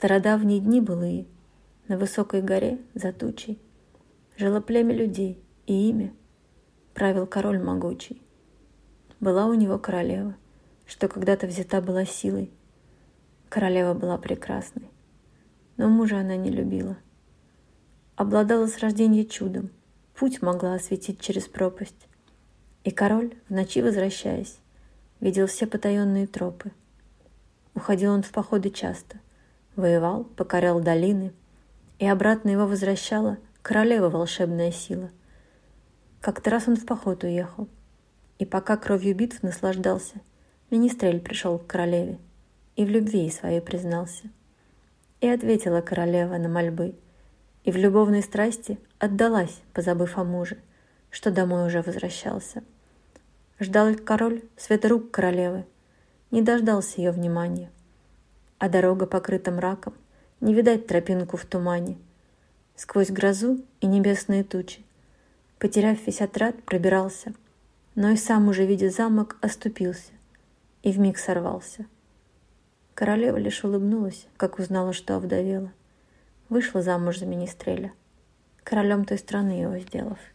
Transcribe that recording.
стародавние дни былые, на высокой горе за тучей жило племя людей, и ими правил король могучий. Была у него королева, что когда-то взята была силой. Королева была прекрасной, но мужа она не любила. Обладала с рождения чудом, путь могла осветить через пропасть. И король, в ночи возвращаясь, видел все потаенные тропы. Уходил он в походы часто, воевал, покорял долины, и обратно его возвращала королева волшебная сила. Как-то раз он в поход уехал, и пока кровью битв наслаждался, министрель пришел к королеве и в любви ей своей признался. И ответила королева на мольбы, и в любовной страсти отдалась, позабыв о муже, что домой уже возвращался. Ждал король света рук королевы, не дождался ее внимания, а дорога покрыта мраком, не видать тропинку в тумане. Сквозь грозу и небесные тучи, потеряв весь отряд, пробирался, но и сам уже, видя замок, оступился и вмиг сорвался. Королева лишь улыбнулась, как узнала, что овдовела. Вышла замуж за министреля, королем той страны его сделав.